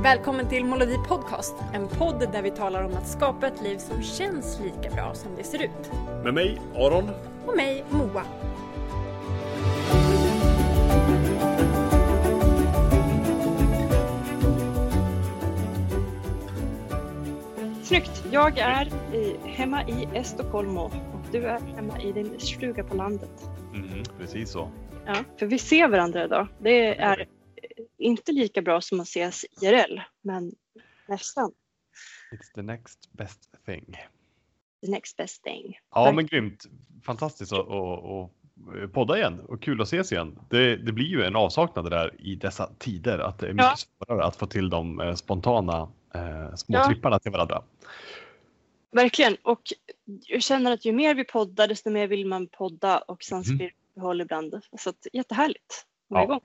Välkommen till Molodi Podcast, en podd där vi talar om att skapa ett liv som känns lika bra som det ser ut. Med mig, Aron. Och mig, Moa. Snyggt! Jag är hemma i Estocolmo och du är hemma i din stuga på landet. Precis så. Ja, för vi ser varandra idag. Det är inte lika bra som att ses IRL, men nästan. It's the next best thing. The next best thing. Ja, men grymt. Fantastiskt att podda igen och kul att ses igen. Det blir ju en avsaknad där i dessa tider att det är mycket svårare att få till de spontana små tripparna till varandra. Verkligen, och jag känner att ju mer vi poddar desto mer vill man podda och sen blir det håll ibland. Så att, jättehärligt. Igång.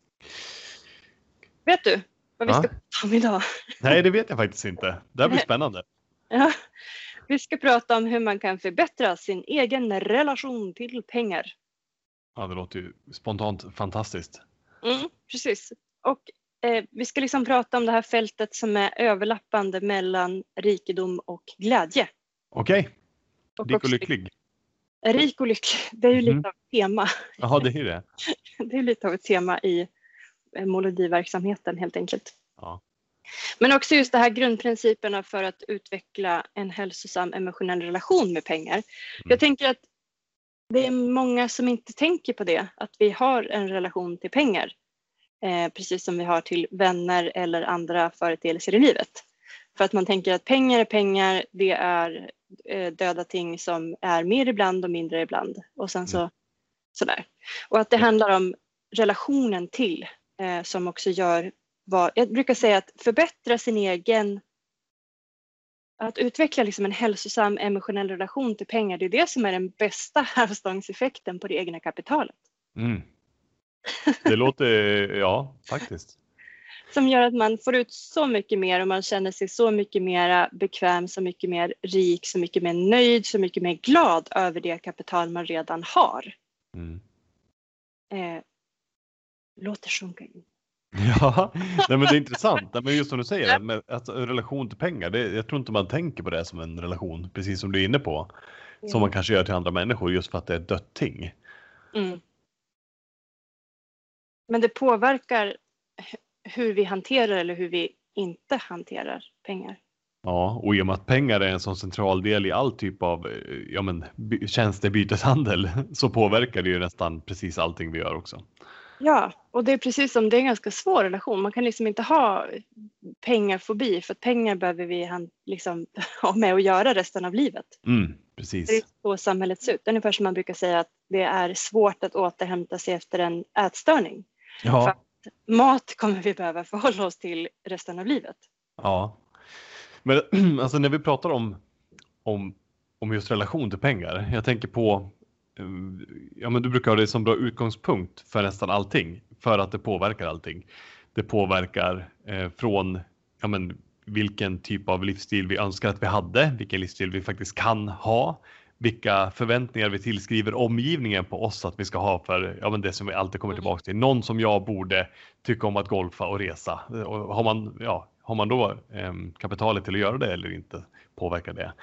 Vet du vad vi ska prata om idag? Nej, det vet jag faktiskt inte. Det här blir spännande. Ja, vi ska prata om hur man kan förbättra sin egen relation till pengar. Ja, det låter ju spontant fantastiskt. Precis. Och vi ska liksom prata om det här fältet som är överlappande mellan rikedom och glädje. Okej. Rik och lycklig. Rik och lycklig, det är ju lite av ett tema. Jaha, det är det. Det är lite av ett tema i Molodi-verksamheten helt enkelt. Ja. Men också just det här grundprinciperna för att utveckla en hälsosam emotionell relation med pengar. Jag tänker att det är många som inte tänker på det, att vi har en relation till pengar. Precis som vi har till vänner eller andra företeelser i livet. För att man tänker att pengar är pengar, det är döda ting som är mer ibland och mindre ibland. Och sen sådär. Och att det handlar om relationen till som också gör jag brukar säga att förbättra sin egen, att utveckla liksom en hälsosam emotionell relation till pengar, det är det som är den bästa hävstångseffekten på det egna kapitalet. Det låter, faktiskt. Som gör att man får ut så mycket mer och man känner sig så mycket mer bekväm, så mycket mer rik, så mycket mer nöjd, så mycket mer glad över det kapital man redan har. Låter sjunka in. Ja, men det är intressant. Men just som du säger, med relation till pengar, jag tror inte man tänker på det som en relation, precis som du är inne på. Som man kanske gör till andra människor just för att det är ett dött ting. Men det påverkar hur vi hanterar eller hur vi inte hanterar pengar. Ja, och i och med att pengar är en sån central del i all typ av tjänstebyteshandel så påverkar det ju nästan precis allting vi gör också. Ja, och det är precis som det är en ganska svår relation. Man kan liksom inte ha pengarfobi för att pengar behöver vi liksom ha med att göra resten av livet. Precis. Det är så samhället ser ut. Ungefär som man brukar säga att det är svårt att återhämta sig efter en ätstörning. Ja. För att mat kommer vi behöva förhålla oss till resten av livet. Ja. Men alltså när vi pratar om just relation till pengar. Jag tänker på, men du brukar ha det som bra utgångspunkt för nästan allting. För att det påverkar allting. Det påverkar från vilken typ av livsstil vi önskar att vi hade. Vilken livsstil vi faktiskt kan ha. Vilka förväntningar vi tillskriver omgivningen på oss att vi ska ha för det som vi alltid kommer tillbaka till. Någon som jag borde tycka om att golfa och resa. Och har man då kapitalet till att göra det eller inte, påverkar det.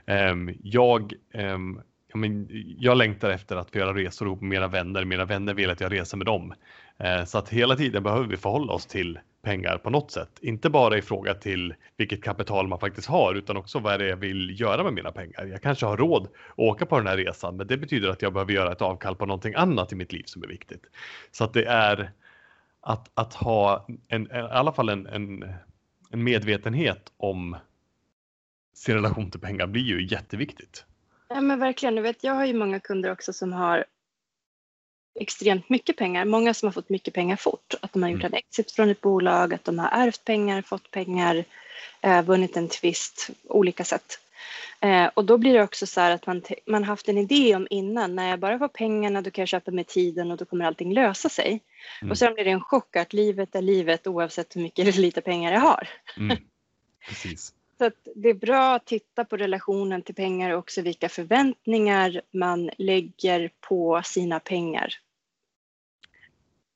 Jag längtar efter att få göra resor ihop med mina vänner. Mina vänner vill att jag reser med dem. Så att hela tiden behöver vi förhålla oss till pengar på något sätt. Inte bara i fråga till vilket kapital man faktiskt har utan också vad det är jag vill göra med mina pengar. Jag kanske har råd att åka på den här resan men det betyder att jag behöver göra ett avkall på någonting annat i mitt liv som är viktigt. Så att det är att ha i alla fall en medvetenhet om sin relation till pengar blir ju jätteviktigt. Ja men verkligen, jag har ju många kunder också som har extremt mycket pengar. Många som har fått mycket pengar fort. Att de har gjort en exit från ett bolag, att de har ärvt pengar, fått pengar, vunnit en tvist, olika sätt. Och då blir det också så här att man haft en idé om innan, när jag bara får pengarna då kan jag köpa med tiden och då kommer allting lösa sig. Och sen blir det en chock att livet är livet oavsett hur mycket eller lite pengar jag har. Precis. Så att det är bra att titta på relationen till pengar och också vilka förväntningar man lägger på sina pengar.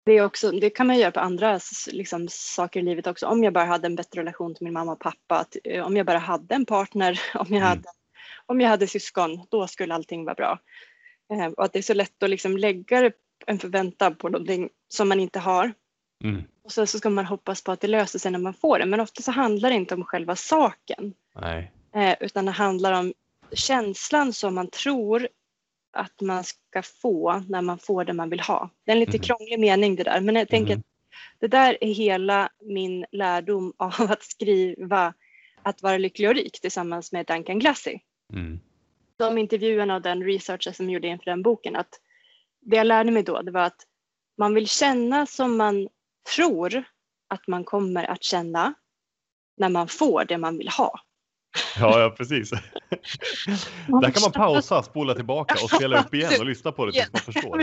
Det kan man göra på andra liksom, saker i livet också. Om jag bara hade en bättre relation till min mamma och pappa, om jag bara hade en partner, om jag hade syskon, då skulle allting vara bra. Och att det är så lätt att liksom lägga en förväntan på någonting som man inte har. Och så ska man hoppas på att det löser sig när man får det. Men ofta så handlar det inte om själva saken. Nej. Utan det handlar om känslan som man tror att man ska få när man får det man vill ha. Det är en lite krånglig mening det där. Men jag tänker att det där är hela min lärdom av att skriva Att vara lycklig och rik tillsammans med Duncan Glassy. De intervjuerna och den researchen som jag gjorde inför den boken. Att det jag lärde mig då, det var att man vill känna som man tror att man kommer att känna när man får det man vill ha. Ja, precis. Där kan man pausa, spola tillbaka och spela upp igen och lyssna på det tills man förstår.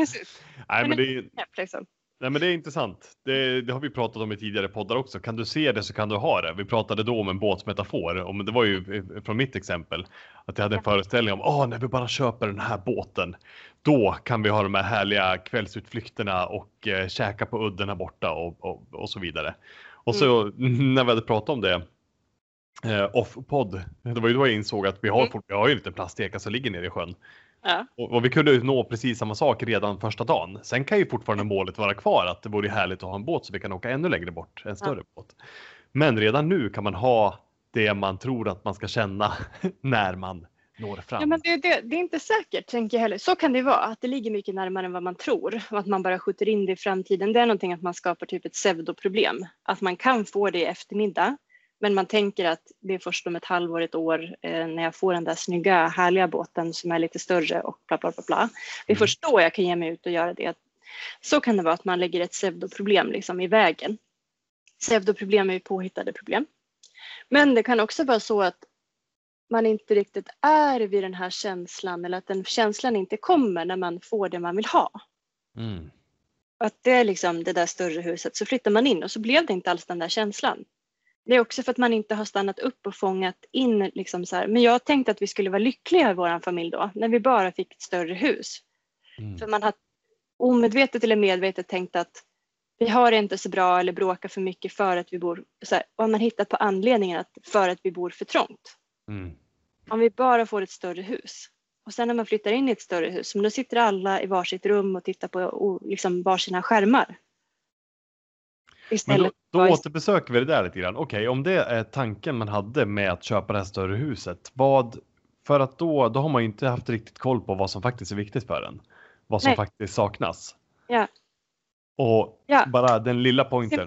Nej, men det är intressant. Det har vi pratat om i tidigare poddar också. Kan du se det så kan du ha det. Vi pratade då om en båtsmetafor. Det var ju från mitt exempel. Att jag hade en föreställning om när vi bara köper den här båten. Då kan vi ha de här härliga kvällsutflykterna och käka på udden här borta och så vidare. Och så när vi hade pratat om det off-podd. Det var ju då jag insåg att vi har ju en liten plasteka som ligger nere i sjön. Ja. Och vi kunde nå precis samma sak redan första dagen. Sen kan ju fortfarande målet vara kvar att det vore härligt att ha en båt så vi kan åka ännu längre bort, en större båt. Men redan nu kan man ha det man tror att man ska känna när man når fram. Ja, men det är inte säkert, tänker jag heller. Så kan det vara, att det ligger mycket närmare än vad man tror. Och att man bara skjuter in det i framtiden. Det är någonting att man skapar typ ett pseudoproblem. Att man kan få det i eftermiddag. Men man tänker att det är först om ett halvår, ett år när jag får den där snygga, härliga båten som är lite större och bla bla bla bla. Det är först då jag kan ge mig ut och göra det. Så kan det vara att man lägger ett pseudoproblem liksom i vägen. Pseudoproblem är ju påhittade problem. Men det kan också vara så att man inte riktigt är vid den här känslan eller att den känslan inte kommer när man får det man vill ha. Att det är liksom det där större huset, så flyttar man in och så blev det inte alls den där känslan. Det är också för att man inte har stannat upp och fångat in liksom så här. Men jag tänkte att vi skulle vara lyckliga i vår familj då, när vi bara fick ett större hus. För man har omedvetet eller medvetet tänkt att vi har det inte så bra eller bråkar för mycket för att vi bor så här. Och man hittat på anledningen att för att vi bor för trångt. Om vi bara får ett större hus. Och sen när man flyttar in i ett större hus, då sitter alla i varsitt rum och tittar på liksom varsina skärmar. Men då återbesöker vi det där lite grann. Okej, om det är tanken man hade med att köpa det här större huset. För att då har man ju inte haft riktigt koll på vad som faktiskt är viktigt för en. Vad som faktiskt saknas. Ja. Och bara den lilla pointen.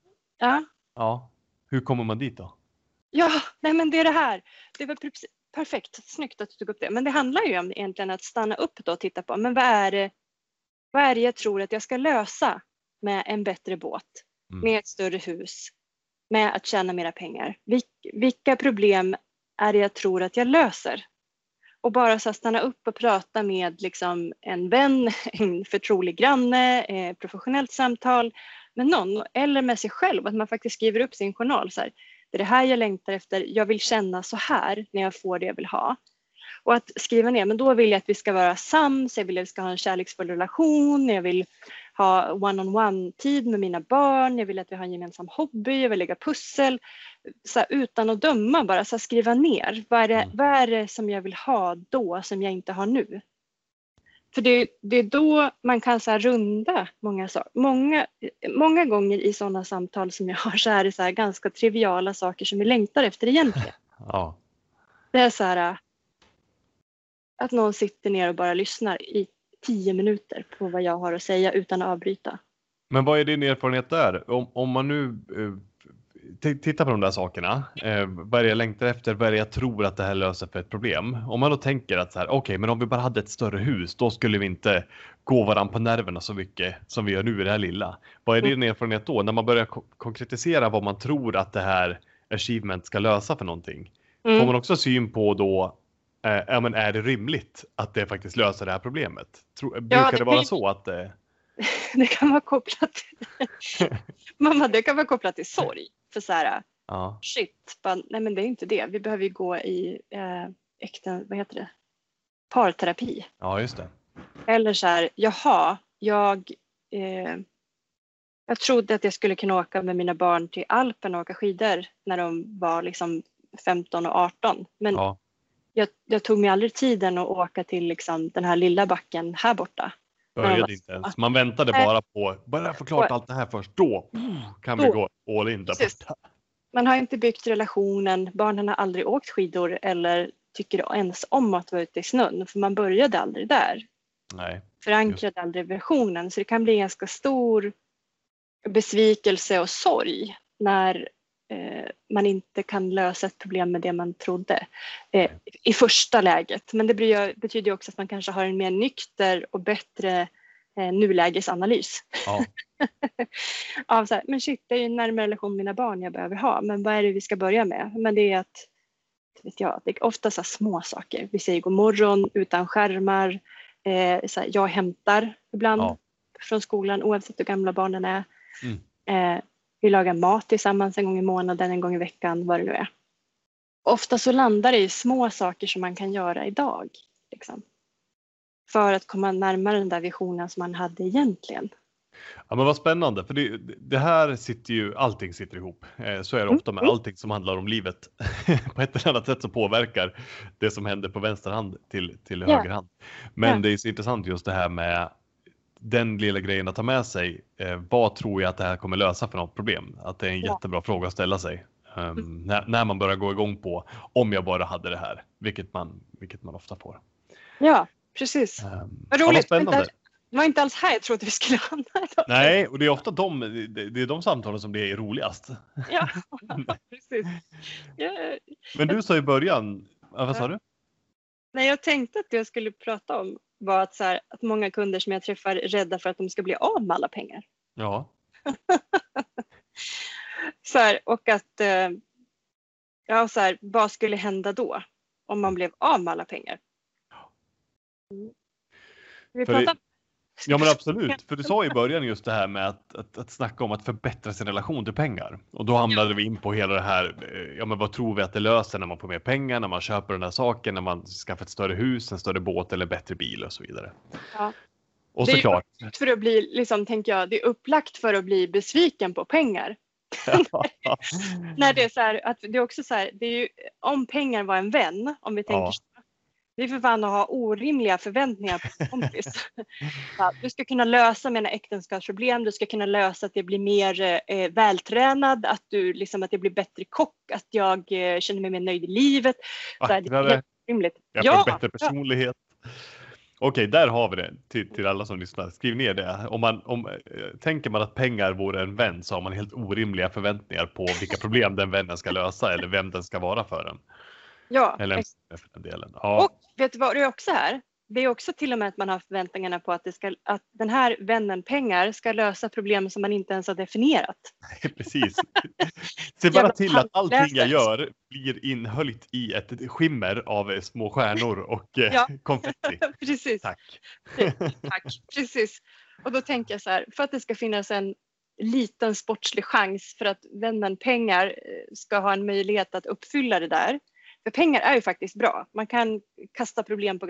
Ja. Hur kommer man dit då? Ja, nej men det är det här. Det var perfekt, snyggt att du tog upp det. Men det handlar ju om egentligen att stanna upp då och titta på. Men vad är det jag tror att jag ska lösa med en bättre båt? Med ett större hus, med att tjäna mera pengar. Vilka problem är det jag tror att jag löser? Och bara så stanna upp och prata med liksom en vän, en förtrolig granne, professionellt samtal med någon eller med sig själv. Att man faktiskt skriver upp sin journal. Så här, det är det här jag längtar efter, jag vill känna så här när jag får det jag vill ha. Och att skriva ner, men då vill jag att vi ska vara sams, jag vill att vi ska ha en kärleksfull relation, jag vill ha one-on-one-tid med mina barn, jag vill att vi har en gemensam hobby, jag vill lägga pussel. Så här, utan att döma, bara så här, skriva ner. Vad är det som jag vill ha då som jag inte har nu? För det är då man kan så här, runda många saker. Många gånger i sådana samtal som jag har så är det så här, ganska triviala saker som vi längtar efter egentligen. Ja. Det är så här att någon sitter ner och bara lyssnar i 10 minuter på vad jag har att säga utan att avbryta. Men vad är din erfarenhet där? Om man nu tittar på de där sakerna, vad är det jag längtar efter, vad är det jag tror att det här löser för ett problem? Om man då tänker att så här, okej, men om vi bara hade ett större hus, då skulle vi inte gå varann på nerverna så mycket som vi gör nu i det här lilla. Vad är din erfarenhet då? När man börjar konkretisera vad man tror att det här achievement ska lösa för någonting. Får man också syn på då, men är det rimligt att det faktiskt löser det här problemet? Brukar det vara så att det kan vara kopplat till mamma, det kan vara kopplat till sorg. För så här, nej men det är inte det. Vi behöver ju gå i parterapi. Ja, just det. Eller så här, Jag trodde att jag skulle kunna åka med mina barn till Alpen och åka skidor när de var liksom 15 och 18. Men Ja. jag tog mig aldrig tiden att åka till liksom den här lilla backen här borta. Började inte ens. Man väntade bara på, bara få klart allt det här först. Då kan vi gå all in där borta. Man har inte byggt relationen. Barnen har aldrig åkt skidor eller tycker ens om att vara ute i snön. För man började aldrig där. Nej. Förankrade aldrig versionen. Så det kan bli ganska stor besvikelse och sorg när man inte kan lösa ett problem med det man trodde i första läget. Men det betyder också att man kanske har en mer nykter och bättre nulägesanalys. Ja. Av så här, men shit, det är ju en närmare relation med mina barn jag behöver ha. Men vad är det vi ska börja med? Men det är att, vet jag, det är ofta så här små saker. Vi säger god morgon utan skärmar. Så här, jag hämtar ibland från skolan oavsett hur gamla barnen är. Vi lagar mat tillsammans en gång i månaden, en gång i veckan, vad det nu är. Ofta så landar det i små saker som man kan göra idag. Liksom, för att komma närmare den där visionen som man hade egentligen. Ja, men vad spännande, för det här sitter ju, allting sitter ihop. Så är det ofta med allting som handlar om livet. På ett eller annat sätt så påverkar det som händer på vänster hand till höger hand. Men det är så intressant just det här med den lilla grejen att ta med sig. Vad tror jag att det här kommer lösa för något problem? Att det är en jättebra fråga att ställa sig. När man börjar gå igång på om jag bara hade det här. Vilket man ofta får. Ja, precis. Vad roligt. Spännande. Det var inte alls här jag trodde vi skulle hamna idag. Nej, och det är ofta det är de samtalen som det är roligast. Ja, precis. Men du sa i början, vad sa du? Nej, jag tänkte att det jag skulle prata om var att, så här, att många kunder som jag träffar är rädda för att de ska bli av med alla pengar. Ja. Så här, och att så här, vad skulle hända då om man blev av med alla pengar? Vi pratar. Ja, men absolut. För du sa i början just det här med att snacka om att förbättra sin relation till pengar. Och då hamnade vi in på hela det här, men vad tror vi att det löser när man får mer pengar, när man köper den här saken, när man skaffar ett större hus, en större båt eller bättre bil och så vidare. Ja. Och såklart. För att bli, liksom, tänker jag, det är upplagt för att bli besviken på pengar. När det är så här, att det är också så här, det är ju, om pengar var en vän, om vi tänker så. Det är för fan att ha orimliga förväntningar på en kompis. Du ska kunna lösa mina äktenskapsproblem, du ska kunna lösa att jag blir mer vältränad, att jag blir bättre kock, att jag känner mig mer nöjd i livet. Så här, det är helt rimligt. Jag får en bättre personlighet. Okej, där har vi det till alla som lyssnar. Skriv ner det. Tänker man att pengar vore en vän så har man helt orimliga förväntningar på vilka problem den vännen ska lösa eller vem den ska vara för en. Ja, eller för den delen. Ja. Och vet du vad det är också här? Det är också till och med att man har förväntningarna på att den här vännen pengar ska lösa problem som man inte ens har definierat. Nej, precis. Se bara till att allting jag gör blir inhöljt i ett skimmer av små stjärnor och konfetti. Precis. Tack. Tack, precis. Och då tänker jag så här, för att det ska finnas en liten sportslig chans för att vännen pengar ska ha en möjlighet att uppfylla det där. För pengar är ju faktiskt bra. Man kan kasta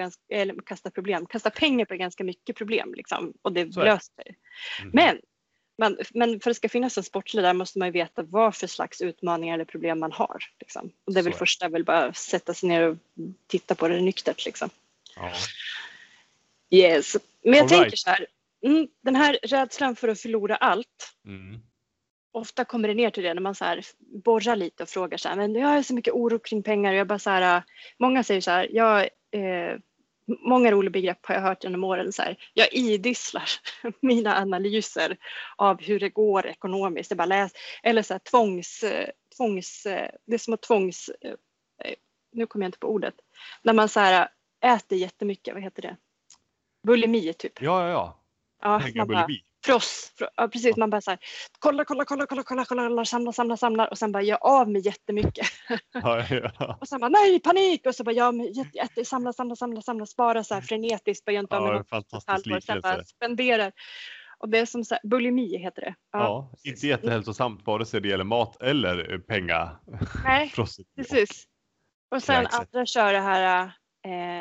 pengar på ganska mycket problem liksom, och det löser sig. Men för att det ska finnas en sportslig där måste man ju veta vad för slags utmaningar eller problem man har. Liksom. Och det är väl första väl bara sätta sig ner och titta på det nyktert. Liksom. Ja. Yes. Men jag tänker så här, den här rädslan för att förlora allt. Ofta kommer det ner till det när man så här borrar lite och frågar så här, men jag har så mycket oro kring pengar. Och jag bara så här, många säger så här, många roliga begrepp har jag hört genom åren. Så här, jag idisslar mina analyser av hur det går ekonomiskt. Det bara läs, eller så här, det är som att nu kommer jag inte på ordet. När man så här äter jättemycket, vad heter det? Bulimi typ. Ja, pengabulimi. Ja, precis, man bara så här, kolla, samlar och sen bara jag av med jättemycket. Ja. Och sen bara nej, panik, och så bara samla, spara så här frenetiskt, bara inte av med något halvår, sen bara spenderar. Och det är som så här, bulimi heter det. Ja, inte jättehälsosamt vare sig det gäller mat eller pengar. Nej, precis. Och sen andra kör det här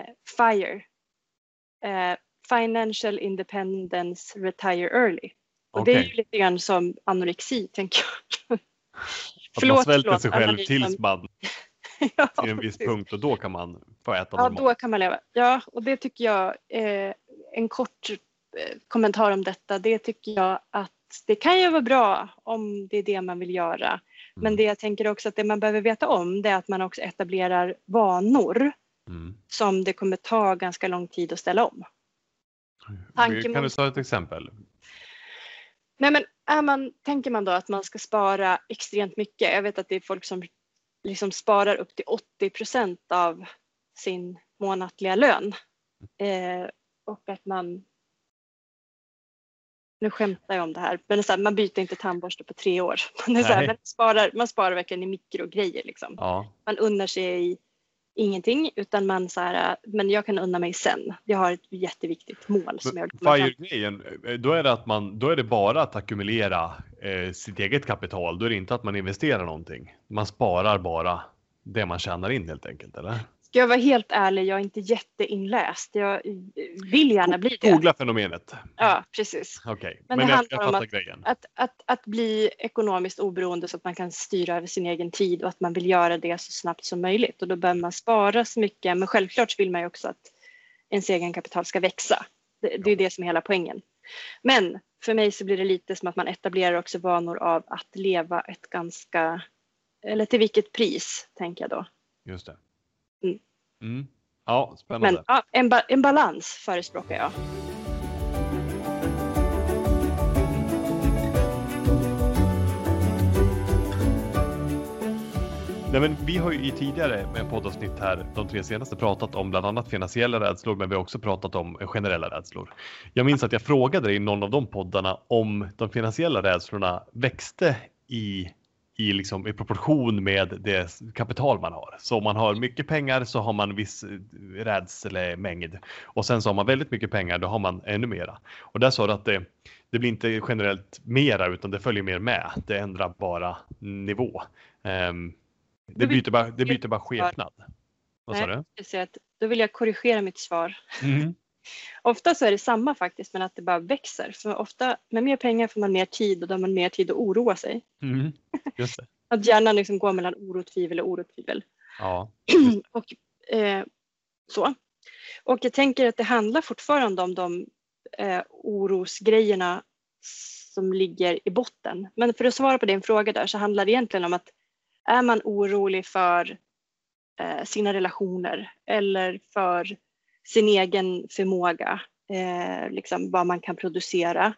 FIRE. Financial Independence Retire Early. Och det är ju lite grann som anorexi, tänker jag. Att man svälter sig själv analysen. tills man Ja, till en viss punkt och då kan man få äta ja, normalt. då kan man leva. Ja, och det tycker jag, en kort kommentar om detta, det tycker jag att det kan ju vara bra om det är det man vill göra. Men det jag tänker också att det man behöver veta om, det är att man också etablerar vanor som det kommer ta ganska lång tid att ställa om. Kan du ta ett exempel? Nej, men tänker man då att man ska spara extremt mycket. Jag vet att det är folk som liksom sparar upp till 80% av sin månatliga lön. Och att man, nu skämtar jag om det här, men det är så här, man byter inte tandborste på 3 år. Det är så här, man sparar verkligen i mikrogrejer. Liksom. Ja. Man unnar sig ingenting, utan man så här, men jag kan unna mig sen. Jag har ett jätteviktigt mål som jag vill komma fram till. FIRE-grejen, då är det att då är det bara att ackumulera sitt eget kapital. Då är det inte att man investerar någonting. Man sparar bara det man tjänar in helt enkelt, eller? Ska jag vara helt ärlig, jag är inte jätteinläst. Jag vill gärna bli det. Googla fenomenet. Ja, precis. Okej. Men det handlar om att bli ekonomiskt oberoende så att man kan styra över sin egen tid och att man vill göra det så snabbt som möjligt. Och då behöver man spara så mycket. Men självklart vill man ju också att ens egen kapital ska växa. Det är det som är hela poängen. Men för mig så blir det lite som att man etablerar också vanor av att leva ett ganska, eller till vilket pris, tänker jag då. Just det. Ja, spännande. Men en balans förespråkar jag. Nej, men vi har ju i tidigare med poddavsnitt här, de 3 senaste, pratat om bland annat finansiella rädslor, men vi har också pratat om generella rädslor. Jag minns att jag frågade dig i någon av de poddarna om de finansiella rädslorna växte i proportion med det kapital man har. Så om man har mycket pengar så har man viss rädslemängd. Och sen så har man väldigt mycket pengar, då har man ännu mera. Och där sa du att det blir inte generellt mera, utan det följer mer med. Det ändrar bara nivå. Det byter bara skepnad. Vad sa du? Då vill jag korrigera mitt svar. Ofta så är det samma faktiskt, men att det bara växer. För ofta med mer pengar får man mer tid och då har man mer tid att oroa sig. Just det. Att hjärnan liksom går mellan oro och tvivel. Ja. Och så. Och jag tänker att det handlar fortfarande om de orosgrejerna som ligger i botten. Men för att svara på din fråga där så handlar det egentligen om att är man orolig för sina relationer eller för sin egen förmåga, liksom vad man kan producera,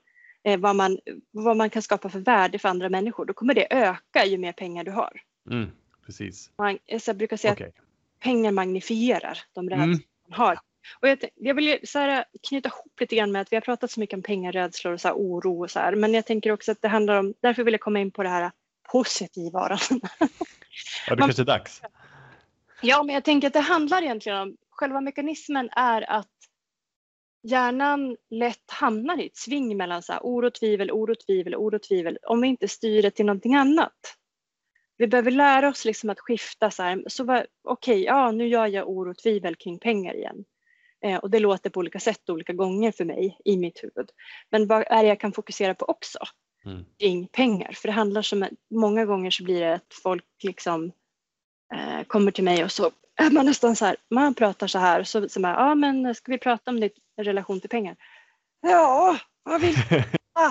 vad man kan skapa för värde för andra människor, då kommer det öka ju mer pengar du har. Precis. Jag brukar säga att pengar magnifierar de rädslor man har. Och jag vill så här knyta ihop lite grann med att vi har pratat så mycket om pengarädslor och så här oro och så här, men jag tänker också att det handlar om, därför vill jag komma in på det här positiva. Ja, det kanske är dags. Ja, men jag tänker att det handlar egentligen om, själva mekanismen är att hjärnan lätt hamnar i ett sving mellan så här oro, tvivel, om vi inte styr det till någonting annat. Vi behöver lära oss liksom att skifta så här, så nu gör jag oro och tvivel kring pengar igen. Och det låter på olika sätt olika gånger för mig i mitt huvud. Men vad är det jag kan fokusera på också kring pengar? För det handlar som, många gånger så blir det att folk liksom kommer till mig och så är man nästan så här, man pratar så här, så men ska vi prata om ditt relation till pengar? Ja, vad vill du?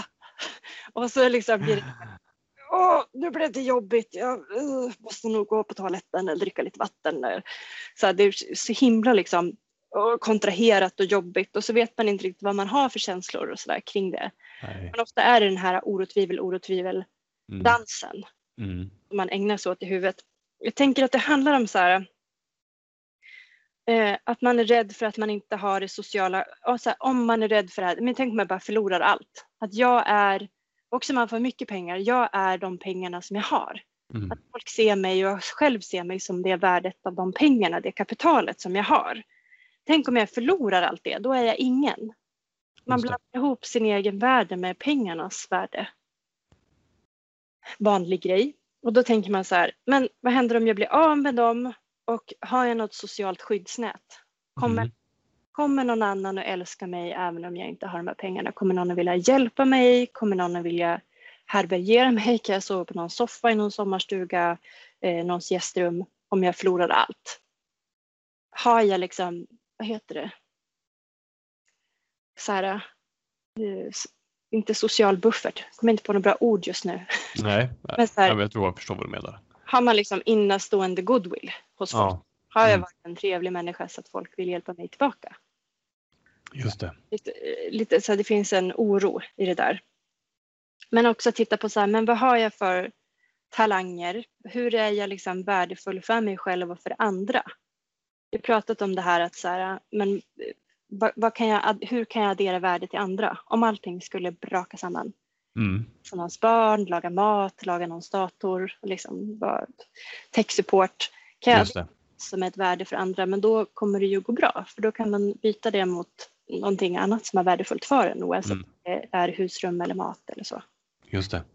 Och så liksom blir det, nu blir det jobbigt, jag måste nog gå på toaletten eller dricka lite vatten. Så det är så himla liksom kontraherat och jobbigt, och så vet man inte riktigt vad man har för känslor och så där kring det. Nej. Men ofta är det den här oro, tvivel dansen som man ägnar sig åt i huvudet. Jag tänker att det handlar om så här, att man är rädd för att man inte har det sociala, och så här, om man är rädd för det här, men tänk om jag bara förlorar allt. Att jag är, också man får mycket pengar, jag är de pengarna som jag har. Att folk ser mig och jag själv ser mig som det värdet av de pengarna, det kapitalet som jag har. Tänk om jag förlorar allt det, då är jag ingen. Man blandar ihop sin egen värde med pengarnas värde. Vanlig grej. Och då tänker man så här, men vad händer om jag blir av med dem och har jag något socialt skyddsnät? Kommer kommer någon annan att älska mig även om jag inte har de här pengarna? Kommer någon att vilja hjälpa mig? Kommer någon att vilja härbärgera mig? Kan jag sova på någon soffa i någon sommarstuga, någons gästrum om jag förlorar allt? Har jag liksom, vad heter det? Så här, inte social buffert. Kommer inte på några bra ord just nu. Nej, Men så här, jag tror jag förstår vad du menar. har man liksom innestående goodwill hos folk? Ja. Har jag varit en trevlig människa så att folk vill hjälpa mig tillbaka? Just det. Lite så det finns en oro i det där. Men också titta på så här, men vad har jag för talanger? Hur är jag liksom värdefull för mig själv och för andra? Vi har pratat om det här att så här, men hur kan jag addera värde till andra? Om allting skulle braka samman. Som någons barn, laga mat, laga någons dator, liksom tech-support. Kan jag addera som ett värde för andra, men då kommer det ju gå bra. För då kan man byta det mot någonting annat som är värdefullt för en, oavsett om det är husrum eller mat eller så. Just det.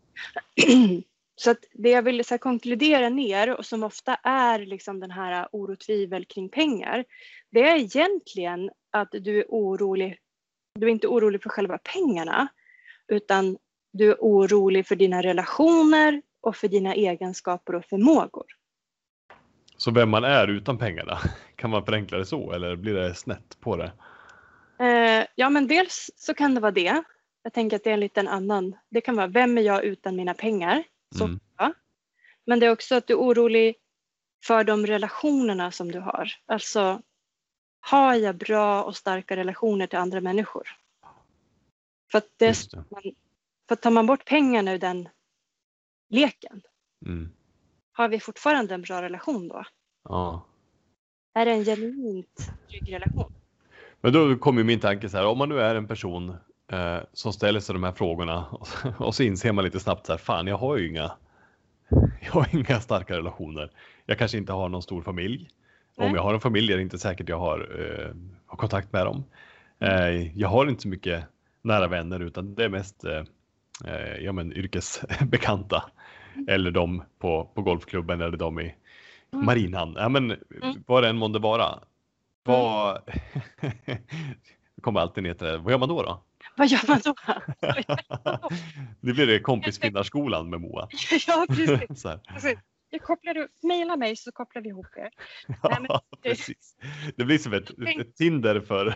Så att det jag vill så här konkludera ner, och som ofta är liksom den här oro och tvivel kring pengar, det är egentligen att du är orolig. Du är inte orolig för själva pengarna, utan du är orolig för dina relationer och för dina egenskaper och förmågor. Så vem man är utan pengarna, kan man förenkla det så, eller blir det snett på det? Ja, men dels så kan det vara det. Jag tänker att det är en liten annan. Det kan vara, vem är jag utan mina pengar? Så, ja. Men det är också att du är orolig för de relationerna som du har. Alltså, har jag bra och starka relationer till andra människor? För att tar man bort pengarna ur den leken, har vi fortfarande en bra relation då? Ja. Är det en genuint trygg relation? Men då kommer min tanke så här, om man nu är en person som ställer sig de här frågorna och så inser man lite snabbt så här, fan, jag har inga starka relationer. Jag kanske inte har någon stor familj. Nej. Om jag har en familj är det inte säkert jag har kontakt med dem. Jag har inte så mycket nära vänner, utan det är mest yrkesbekanta. Eller de på golfklubben, eller de i marinan. Ja, men vad det än månde vara. Det kommer alltid ner till det. Vad gör man då? Vad gör man då? Det blir det kompisfinnarskolan med Moa. Ja, precis. Jag kopplar, mejla mig så kopplar vi ihop er. Ja, nej, precis. Det blir som ett Tinder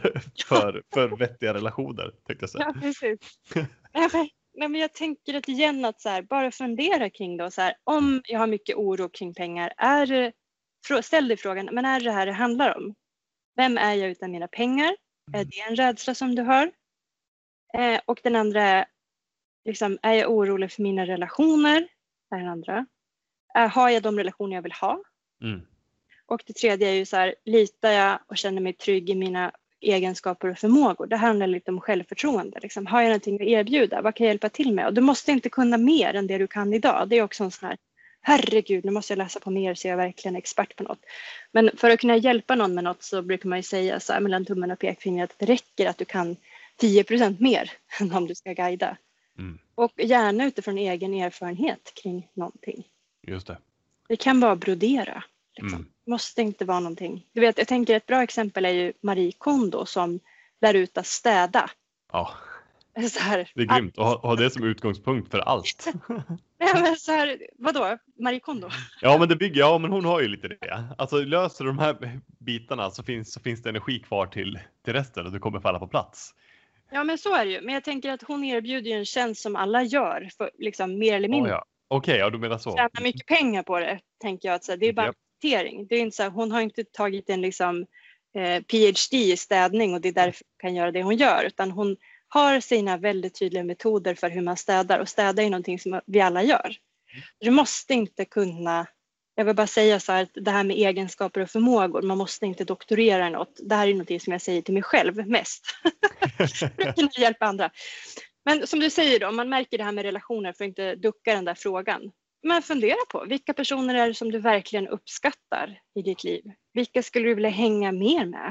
för vettiga relationer, tänkte jag säga. Ja, precis. Nej, men jag tänker att igen att så här, bara fundera kring då, så här, om jag har mycket oro kring pengar, ställ dig frågan, men är det här det handlar om? Vem är jag utan mina pengar? Är det en rädsla som du har? Och den andra är, liksom, är jag orolig för mina relationer? Är den andra. Har jag de relationer jag vill ha? Och det tredje är ju så här, litar jag och känner mig trygg i mina egenskaper och förmågor? Det handlar lite om självförtroende. Liksom. Har jag någonting att erbjuda? Vad kan jag hjälpa till med? Och du måste inte kunna mer än det du kan idag. Det är också en sån här, herregud, nu måste jag läsa på mer så jag är verkligen expert på något. Men för att kunna hjälpa någon med något så brukar man ju säga så här, mellan tummen och pekfingret, att det räcker att du kan 10% mer än om du ska guida. Och gärna utifrån egen erfarenhet kring någonting. Just det. Det kan vara brodera. Liksom. Måste inte vara någonting. Du vet, jag tänker ett bra exempel är ju Marie Kondo som lär ut att städa. Ja. Så här, det är grymt att ha det som utgångspunkt för allt. Nej, men så här, vadå? Marie Kondo? Ja, men hon har ju lite det. Alltså löser de här bitarna så finns det energi kvar till resten och det kommer falla på plats. Ja, men så är det ju. Men jag tänker att hon erbjuder ju en tjänst som alla gör, för, liksom, mer eller mindre. Okej, ja, du menar så. Tjänar mycket pengar på det, tänker jag. Att, så här, det är bara det är inte så här, hon har inte tagit en liksom, PhD i städning och det är därför hon kan göra det hon gör. Utan hon har sina väldigt tydliga metoder för hur man städar. Och städa är någonting som vi alla gör. Du måste inte kunna, jag vill bara säga så här, att det här med egenskaper och förmågor, man måste inte doktorera något. Det här är någonting som jag säger till mig själv mest. För att kunna hjälpa andra. Men som du säger då, om man märker det här med relationer, för att inte ducka den där frågan. Men fundera på, vilka personer är det som du verkligen uppskattar i ditt liv? Vilka skulle du vilja hänga mer med?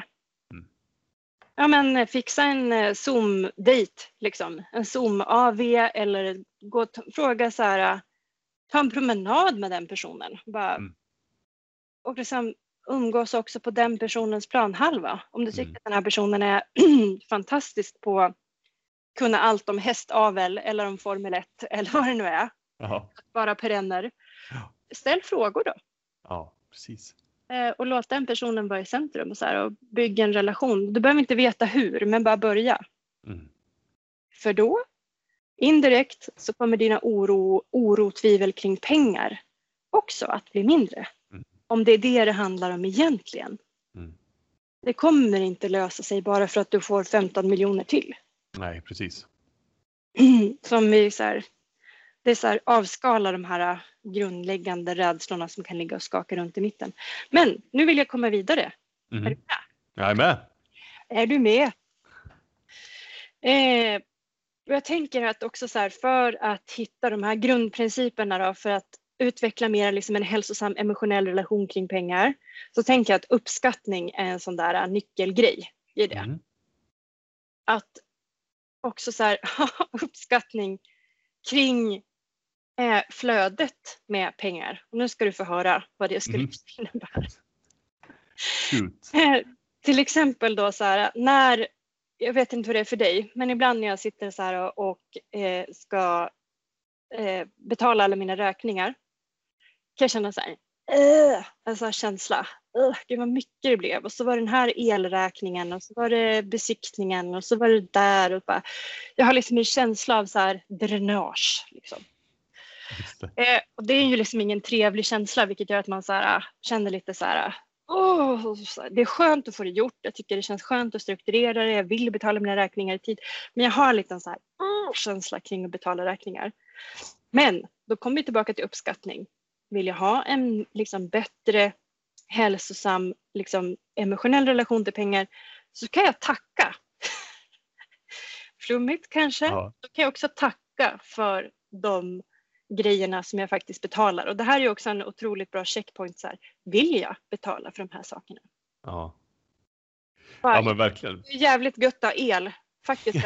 Ja, men fixa en Zoom-date, liksom. En Zoom-AV eller fråga så här, ta en promenad med den personen. Bara, och liksom, umgås också på den personens planhalva. Om du tycker att den här personen är fantastisk på att kunna allt om hästavel eller om Formel 1 eller vad det nu är. Jaha. Bara perenner. Ja. Ställ frågor då. Ja, precis. Och låt den personen vara i centrum och, så här, och bygga en relation. Du behöver inte veta hur, men bara börja. För då, indirekt, så kommer dina oro tvivel kring pengar också att bli mindre. Om det är det handlar om egentligen. Det kommer inte lösa sig bara för att du får 15 miljoner till. Nej, precis. Som vi så här, det är så här, avskala de här grundläggande rädslorna som kan ligga och skaka runt i mitten. Men nu vill jag komma vidare. Är du med? Jag är med. Är du med? Jag tänker att också så här, för att hitta de här grundprinciperna då, för att utveckla mer liksom en hälsosam emotionell relation kring pengar, så tänker jag att uppskattning är en sån där nyckelgrej i det. Att också så här, uppskattning kring flödet med pengar. Och nu ska du få höra vad det skulle innebära. Till exempel då så här, när, jag vet inte hur det är för dig, men ibland när jag sitter så här och ska betala alla mina räkningar, kan jag känna så här, en sån här känsla. Gud vad mycket det blev. Och så var den här elräkningen och så var det besiktningen och så var det där. Och bara, jag har liksom en känsla av så här dränage. Liksom. Och det är ju liksom ingen trevlig känsla, vilket gör att man så här, känner lite så här, det är skönt att få det gjort. Jag tycker det känns skönt att strukturera det. Jag vill betala mina räkningar i tid. Men jag har en liten så här, känsla kring att betala räkningar. Men då kommer vi tillbaka till uppskattning. Vill jag ha en liksom bättre, hälsosam, liksom emotionell relation till pengar, så kan jag tacka. Flummigt kanske. Ja. Då kan jag också tacka för de grejerna som jag faktiskt betalar. Och det här är också en otroligt bra checkpoint. Så här, vill jag betala för de här sakerna? Ja. Bara, ja, men verkligen. Det är jävligt gött att ha el. Faktiskt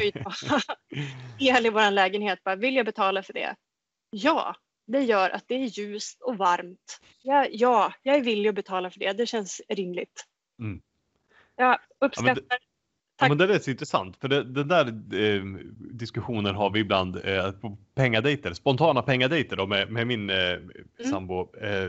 el i vår lägenhet. Bara, vill jag betala för det? Ja. Det gör att det är ljust och varmt. Ja, jag är villig att betala för det. Det känns rimligt. Jag uppskattar. Ja, men det är så intressant. För den där diskussionen har vi ibland på pengadejter. Spontana pengadejter då, med min sambo.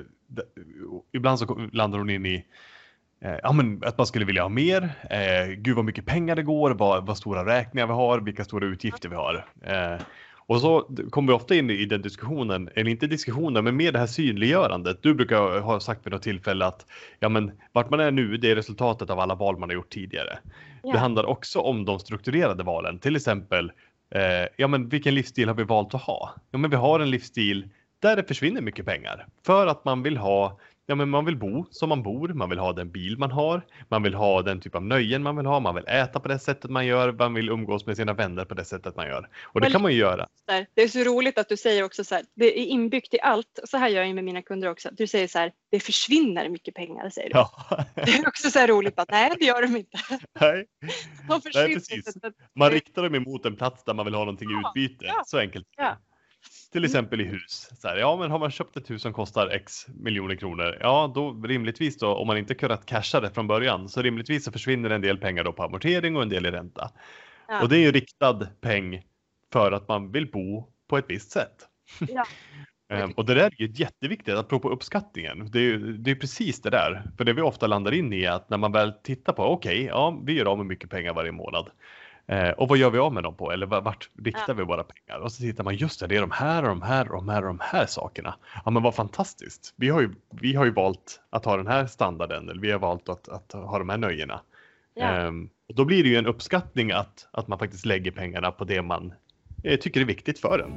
Ibland så landar hon in i men att man skulle vilja ha mer. Gud vad mycket pengar det går. Vad stora räkningar vi har. Vilka stora utgifter vi har. Och så kommer vi ofta in i den diskussionen, eller inte diskussionen, men med det här synliggörandet. Du brukar ha sagt vid något tillfälle att vart man är nu, det är resultatet av alla val man har gjort tidigare. Ja. Det handlar också om de strukturerade valen. Till exempel, vilken livsstil har vi valt att ha? Ja, men vi har en livsstil där det försvinner mycket pengar. För att man vill ha, man vill bo som man bor, man vill ha den bil man har, man vill ha den typ av nöjen man vill ha, man vill äta på det sättet man gör, man vill umgås med sina vänner på det sättet man gör. Och det kan man ju göra. Det är så roligt att du säger också så här, det är inbyggt i allt. Så här gör jag med mina kunder också. Du säger så här, det försvinner mycket pengar, säger du. Ja. Det är också så här roligt att nej, det gör de inte. Nej, de försvinner. Nej precis. Man riktar dem emot en plats där man vill ha någonting i utbyte. Ja. Så enkelt. Ja. Till exempel i hus. Så här, men har man köpt ett hus som kostar x miljoner kronor, ja då rimligtvis då, om man inte kunnat casha det från början, så rimligtvis så försvinner en del pengar då på amortering och en del i ränta. Ja. Och det är ju riktad peng för att man vill bo på ett visst sätt. Ja. Och det där är ju jätteviktigt, att på uppskattningen. Det är precis det där. För det vi ofta landar in i är att när man väl tittar på, vi gör av med mycket pengar varje månad. Och vad gör vi av med dem på? Eller vart riktar vi våra pengar? Och så tittar man, just det är de här och de här sakerna. Ja, men vad fantastiskt. Vi har ju valt att ha den här standarden. Eller vi har valt att ha de här nöjena. Ja. Och då blir det ju en uppskattning att man faktiskt lägger pengarna på det man tycker är viktigt för en.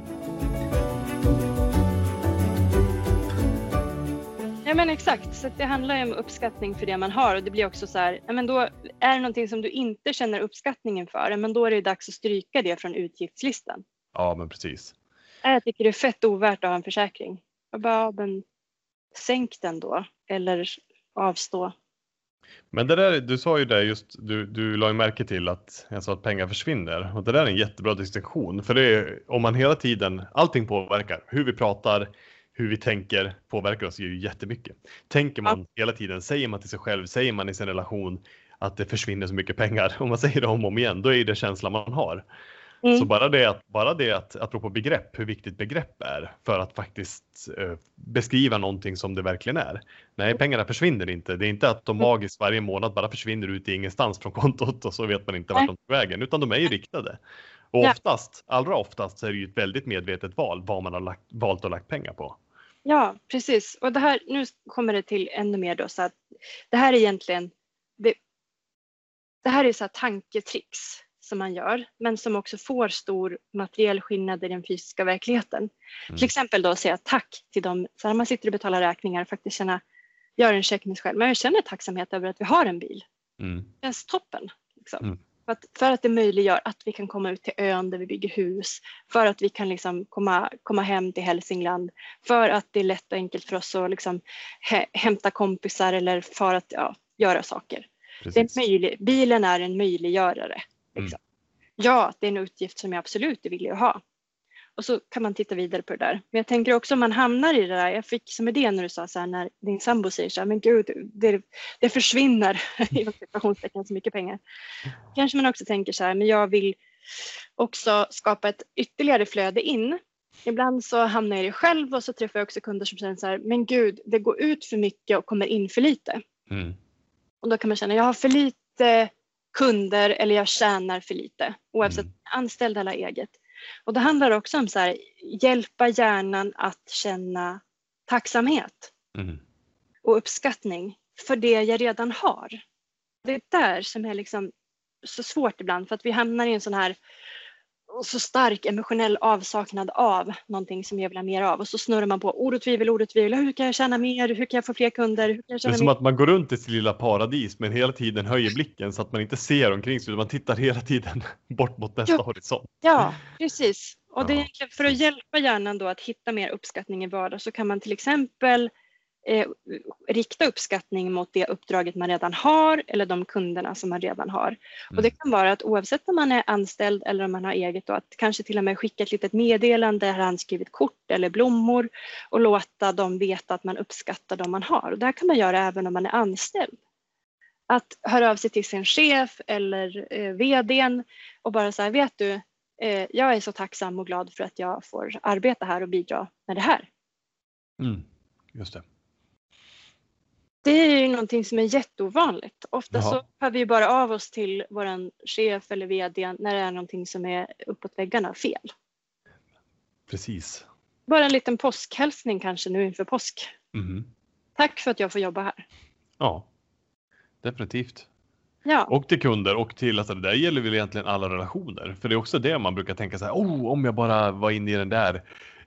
Ja men exakt, så det handlar ju om uppskattning för det man har, och det blir också så här, men då är det någonting som du inte känner uppskattningen för, men då är det dags att stryka det från utgiftslistan. Ja men precis. Jag tycker det är fett ovärt att ha en försäkring. Jag bara, men sänk den då, eller avstå. Men det där, du sa ju det just, du la ju märke till att jag sa att pengar försvinner. Och det där är en jättebra distinktion. För det är, om man hela tiden, allting påverkar. Hur vi pratar, hur vi tänker påverkar oss ju jättemycket. Tänker man hela tiden, säger man till sig själv, säger man i sin relation att det försvinner så mycket pengar, om man säger det om och om igen, då är det känslan man har. Så bara det att apropå begrepp, hur viktigt begrepp är för att faktiskt beskriva någonting som det verkligen är. Nej, pengarna försvinner inte. Det är inte att de magiskt varje månad bara försvinner ut i ingenstans från kontot och så vet man inte vart de tar vägen, utan de är ju riktade. Och allra oftast så är det ju ett väldigt medvetet val vad man har valt att lagt pengar på. Ja, precis. Och det här, nu kommer det till ännu mer då, så att det här är egentligen, det här är så här tanketricks som man gör, men som också får stor materiell skillnad i den fysiska verkligheten. Till exempel då säga tack till dem, så när man sitter och betalar räkningar och faktiskt gör en check med sig själv. Men jag känner tacksamhet över att vi har en bil. Det känns toppen. Liksom. För att det möjliggör att vi kan komma ut till ön där vi bygger hus. För att vi kan liksom komma hem till Hälsingland. För att det är lätt och enkelt för oss att liksom hämta kompisar eller för att göra saker. Det är bilen är en möjliggörare. Liksom. Ja, det är en utgift som jag absolut är villig att ha. Och så kan man titta vidare på det där. Men jag tänker också om man hamnar i det där. Jag fick som idé när du sa så här, när din sambo säger så här, men gud, det försvinner i situationstecken så mycket pengar. Kanske man också tänker så här, men jag vill också skapa ett ytterligare flöde in. Ibland så hamnar jag i det själv och så träffar jag också kunder som säger så här, men gud, det går ut för mycket och kommer in för lite. Och då kan man känna, jag har för lite kunder eller jag tjänar för lite. Oavsett anställd eller eget. Och det handlar också om så här, hjälpa hjärnan att känna tacksamhet och uppskattning för det jag redan har. Det är där som är liksom så svårt ibland, för att vi hamnar i en sån här så stark emotionell avsaknad av någonting som jag vill ha mer av, och så snurrar man på ord och tvivel, hur kan jag tjäna mer, hur kan jag få fler kunder, hur kan jag tjäna det är som att man går runt i sitt lilla paradis men hela tiden höjer blicken så att man inte ser omkring sig, utan man tittar hela tiden bort mot nästa horisont. Ja, precis. Och det är egentligen för att hjälpa hjärnan då att hitta mer uppskattning i vardag, så kan man till exempel rikta uppskattning mot det uppdraget man redan har eller de kunderna som man redan har. Och det kan vara att oavsett om man är anställd eller om man har eget, då, att kanske till och med skicka ett litet meddelande, handskrivit kort eller blommor och låta dem veta att man uppskattar dem man har. Och det här kan man göra även om man är anställd. Att höra av sig till sin chef eller vdn och bara säga, vet du, jag är så tacksam och glad för att jag får arbeta här och bidra med det här. Just det. Det är ju någonting som är jätteovanligt. Ofta så hör vi bara av oss till våran chef eller vd när det är någonting som är uppåt väggarna fel. Precis. Bara en liten påskhälsning kanske nu inför påsk. Tack för att jag får jobba här. Ja, definitivt. Ja. Och till kunder och till, alltså det där gäller väl egentligen alla relationer. För det är också det man brukar tänka så här, om jag bara var inne i den där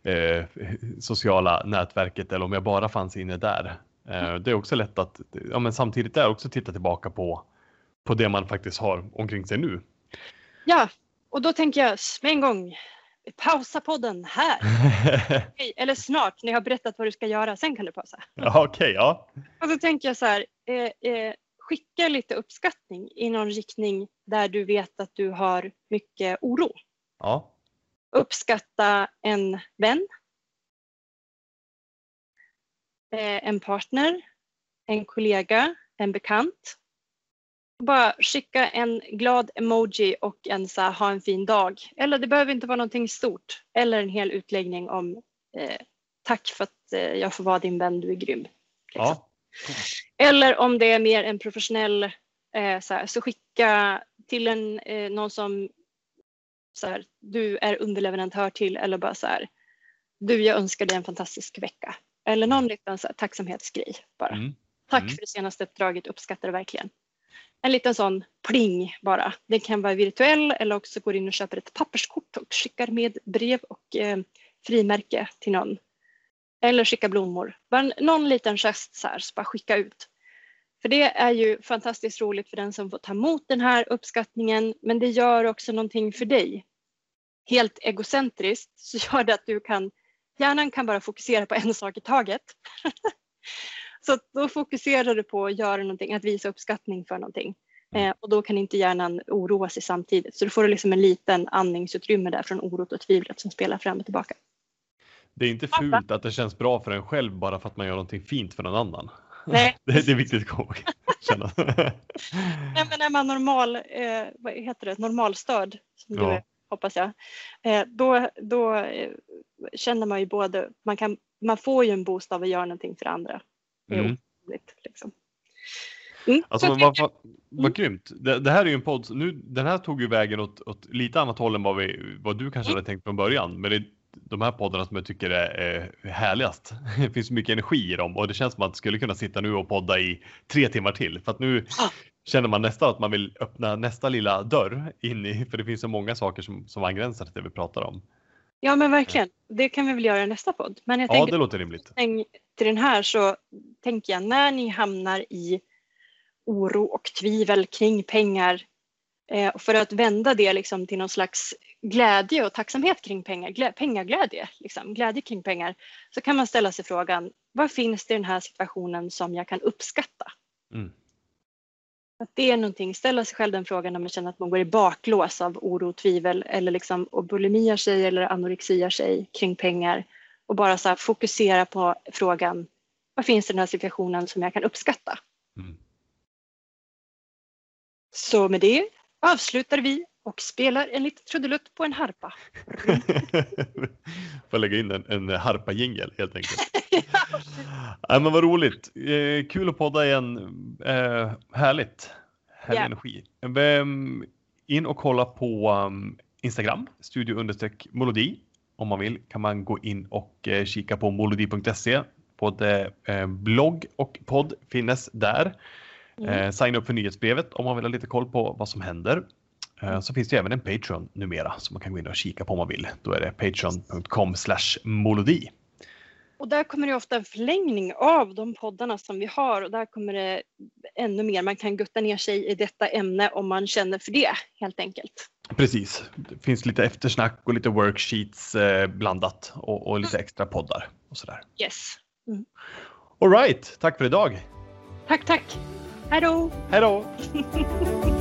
sociala nätverket, eller om jag bara fanns inne där. Det är också lätt att, men samtidigt där också titta tillbaka på det man faktiskt har omkring sig nu. Ja, och då tänker jag med en gång, pausa podden här. Okay, eller snart, när jag har berättat vad du ska göra, sen kan du pausa. Ja, okej, ja. Och så tänker jag så här, skicka lite uppskattning i någon riktning där du vet att du har mycket oro. Ja. Uppskatta en vän, en partner, en kollega, en bekant. Bara skicka en glad emoji och en så här, ha en fin dag. Eller det behöver inte vara någonting stort. Eller en hel utläggning om tack för att jag får vara din vän, du är grym. Liksom. Ja. Eller om det är mer en professionell så skicka till någon som så här, du är underleverantör till, eller bara så här, du, jag önskar dig en fantastisk vecka. Eller någon liten så här, tacksamhetsgrej bara. Tack för det senaste uppdraget, uppskattar det verkligen. En liten sån pling bara. Det kan vara virtuell, eller också går in och köper ett papperskort och skickar med brev och frimärke till någon. Eller skicka blommor. Bara någon liten gest så här, så bara skicka ut. För det är ju fantastiskt roligt för den som får ta emot den här uppskattningen. Men det gör också någonting för dig. Helt egocentriskt så gör det att hjärnan kan bara fokusera på en sak i taget. Så då fokuserar du på att göra någonting, att visa uppskattning för någonting. Och då kan inte hjärnan oroa sig samtidigt. Så då får du liksom en liten andningsutrymme där från orot och tvivlet som spelar fram och tillbaka. Det är inte fult att det känns bra för en själv bara för att man gör någonting fint för någon annan. Nej. Det är viktigt att känna. Nej, men är man vad heter det, normalstörd, som du är, hoppas jag, då känner man ju både, man får ju en boost av att göra någonting för andra. Det är otroligt liksom. Alltså vad grymt. Det här är ju en podd, den här tog ju vägen åt lite annat håll än vad du kanske hade tänkt från början. Men det är de här poddarna som jag tycker är härligast. Det finns mycket energi i dem och det känns som att man skulle kunna sitta nu och podda i 3 timmar till. För att nu känner man nästan att man vill öppna nästa lilla dörr in i, för det finns så många saker som angränsar till det vi pratar om. Ja, men verkligen. Det kan vi väl göra i nästa podd. Men jag tänker, det låter rimligt. Till den här så tänker jag, när ni hamnar i oro och tvivel kring pengar, för att vända det liksom till någon slags glädje och tacksamhet kring pengar, pengaglädje, liksom, glädje kring pengar, så kan man ställa sig frågan, vad finns det i den här situationen som jag kan uppskatta? Att det är någonting, ställa sig själv den frågan när man känner att man går i baklås av oro och tvivel, eller liksom och bulimiar sig eller anorexiar sig kring pengar, och bara så här fokusera på frågan, vad finns det i den här situationen som jag kan uppskatta? Så med det avslutar vi och spelar en liten trudelutt på en harpa. Får lägga in en harpa-jingel helt enkelt. Ja, men vad roligt. Kul att podda igen. Härligt. Härlig energi. In och kolla på Instagram, studio_molodi. Om man vill kan man gå in och kika på molodi.se. Både blogg och podd finns där. Signa upp för nyhetsbrevet om man vill ha lite koll på vad som händer. Så finns det även en Patreon numera som man kan gå in och kika på om man vill. Då är det patreon.com/molodi. Och där kommer det ofta en förlängning av de poddarna som vi har, och där kommer det ännu mer. Man kan gutta ner sig i detta ämne om man känner för det, helt enkelt. Precis. Det finns lite eftersnack och lite worksheets blandat och lite extra poddar och sådär. Yes. All right, tack för idag. Tack. Hej då. Hej då.